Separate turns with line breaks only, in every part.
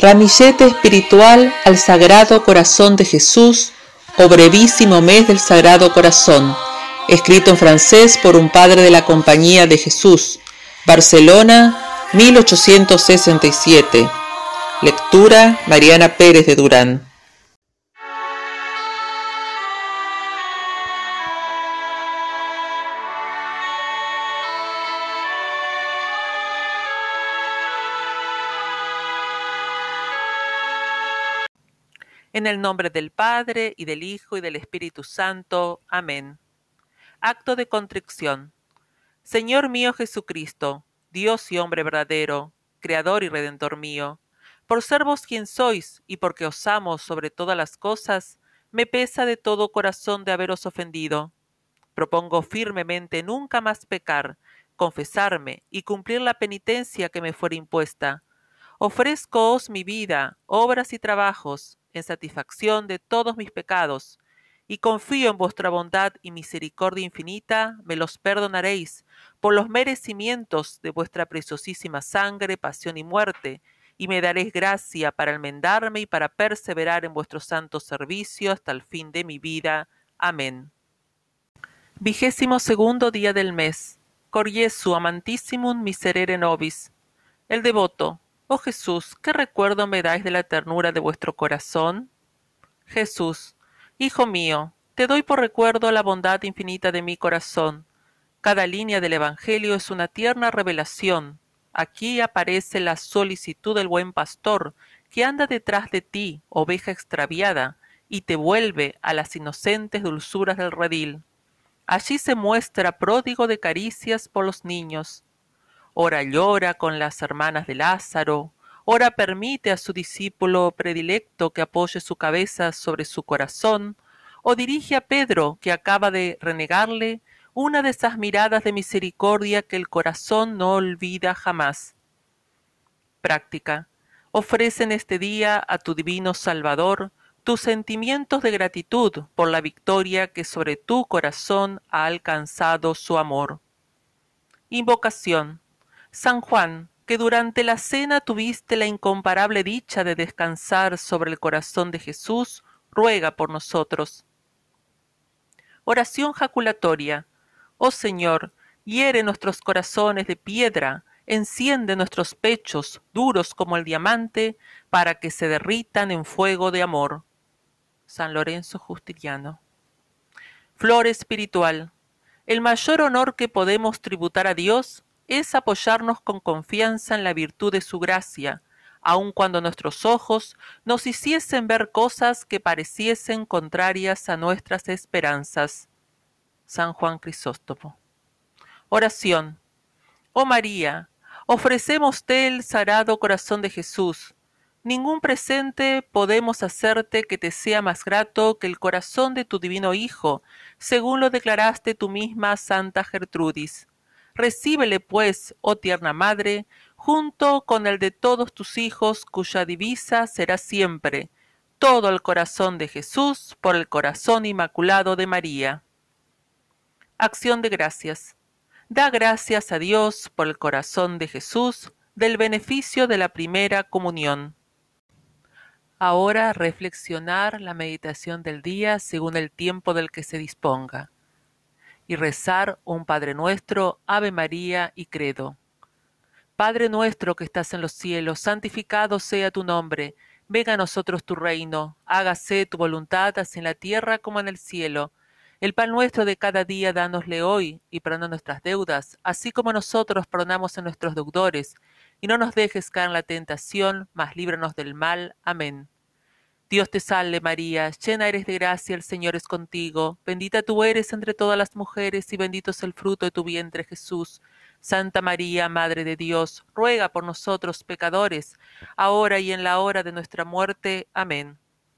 Ramillete espiritual al Sagrado Corazón de Jesús o brevísimo mes del Sagrado Corazón, escrito en francés por un padre de la Compañía de Jesús, Barcelona, 1867. Lectura Mariana Pérez de Durán.
En el nombre del Padre, y del Hijo, y del Espíritu Santo. Amén. Acto de contrición. Señor mío Jesucristo, Dios y hombre verdadero, Creador y Redentor mío, por ser vos quien sois, y porque os amo sobre todas las cosas, me pesa de todo corazón de haberos ofendido. Propongo firmemente nunca más pecar, confesarme y cumplir la penitencia que me fuera impuesta. Ofrezcoos mi vida, obras y trabajos, en satisfacción de todos mis pecados, y confío en vuestra bondad y misericordia infinita, me los perdonaréis, por los merecimientos de vuestra preciosísima sangre, pasión y muerte, y me daréis gracia para enmendarme y para perseverar en vuestro santo servicio hasta el fin de mi vida. Amén. 22º día del mes. Cor Jesu amantissimum miserere nobis. El devoto. Oh Jesús, ¿qué recuerdo me dais de la ternura de vuestro corazón? Jesús, Hijo mío, te doy por recuerdo la bondad infinita de mi corazón. Cada línea del Evangelio es una tierna revelación. Aquí aparece la solicitud del buen pastor, que anda detrás de ti, oveja extraviada, y te vuelve a las inocentes dulzuras del redil. Allí se muestra pródigo de caricias por los niños. Ora llora con las hermanas de Lázaro, ora permite a su discípulo predilecto que apoye su cabeza sobre su corazón, o dirige a Pedro, que acaba de renegarle, una de esas miradas de misericordia que el corazón no olvida jamás. Práctica. Ofrece en este día a tu divino Salvador tus sentimientos de gratitud por la victoria que sobre tu corazón ha alcanzado su amor. Invocación. San Juan, que durante la cena tuviste la incomparable dicha de descansar sobre el corazón de Jesús, ruega por nosotros. Oración jaculatoria. Oh Señor, hiere nuestros corazones de piedra, enciende nuestros pechos, duros como el diamante, para que se derritan en fuego de amor. San Lorenzo Justiniano. Flor espiritual. El mayor honor que podemos tributar a Dios es apoyarnos con confianza en la virtud de su gracia, aun cuando nuestros ojos nos hiciesen ver cosas que pareciesen contrarias a nuestras esperanzas. San Juan Crisóstomo. Oración. Oh María, ofrecémoste el sagrado corazón de Jesús. Ningún presente podemos hacerte que te sea más grato que el corazón de tu divino Hijo, según lo declaraste tú misma, Santa Gertrudis. Recíbele, pues, oh tierna Madre, junto con el de todos tus hijos, cuya divisa será siempre: todo el corazón de Jesús por el corazón inmaculado de María. Acción de gracias. Da gracias a Dios por el corazón de Jesús, del beneficio de la primera comunión. Ahora reflexionar la meditación del día según el tiempo del que se disponga, y rezar un Padre Nuestro, Ave María y Credo. Padre nuestro que estás en los cielos, santificado sea tu nombre. Venga a nosotros tu reino, hágase tu voluntad así en la tierra como en el cielo. El pan nuestro de cada día dánosle hoy, y perdona nuestras deudas, así como nosotros perdonamos a nuestros deudores. Y no nos dejes caer en la tentación, mas líbranos del mal. Amén. Dios te salve María, llena eres de gracia, el Señor es contigo. Bendita tú eres entre todas las mujeres, y bendito es el fruto de tu vientre, Jesús. Santa María, Madre de Dios, ruega por nosotros pecadores, ahora y en la hora de nuestra muerte. Amén.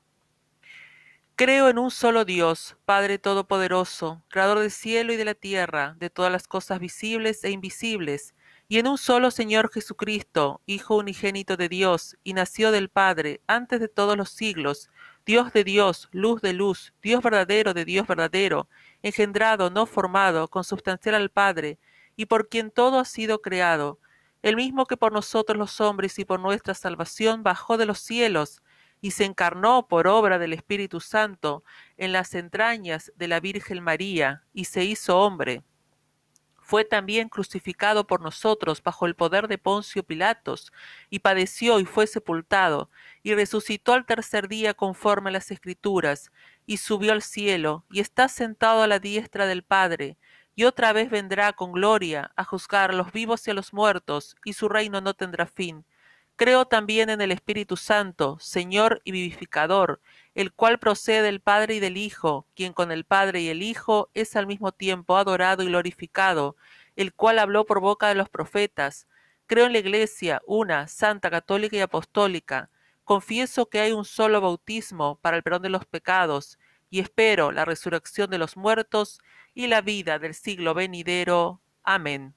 Creo en un solo Dios, Padre Todopoderoso, Creador del cielo y de la tierra, de todas las cosas visibles e invisibles, y en un solo Señor Jesucristo, Hijo unigénito de Dios, y nació del Padre, antes de todos los siglos, Dios de Dios, luz de luz, Dios verdadero de Dios verdadero, engendrado, no formado, consubstancial al Padre, y por quien todo ha sido creado. el mismo que por nosotros los hombres y por nuestra salvación bajó de los cielos y se encarnó por obra del Espíritu Santo en las entrañas de la Virgen María y se hizo hombre. Fue también crucificado por nosotros bajo el poder de Poncio Pilatos, y padeció y fue sepultado, y resucitó al tercer día conforme a las Escrituras, y subió al cielo, y está sentado a la diestra del Padre, y otra vez vendrá con gloria a juzgar a los vivos y a los muertos, y su reino no tendrá fin. Creo también en el Espíritu Santo, Señor y vivificador, el cual procede del Padre y del Hijo, quien con el Padre y el Hijo es al mismo tiempo adorado y glorificado, el cual habló por boca de los profetas. Creo en la Iglesia, una, santa, católica y apostólica. Confieso que hay un solo bautismo para el perdón de los pecados, y espero la resurrección de los muertos y la vida del siglo venidero. Amén.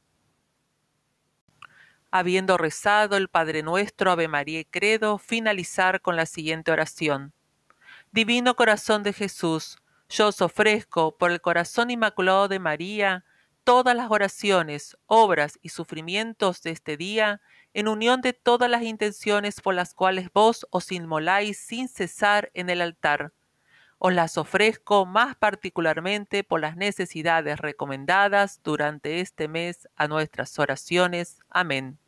Habiendo rezado el Padre Nuestro, Ave María y Credo, finalizar con la siguiente oración. Divino Corazón de Jesús, yo os ofrezco por el corazón inmaculado de María todas las oraciones, obras y sufrimientos de este día, en unión de todas las intenciones por las cuales vos os inmoláis sin cesar en el altar. Os las ofrezco más particularmente por las necesidades recomendadas durante este mes a nuestras oraciones. Amén.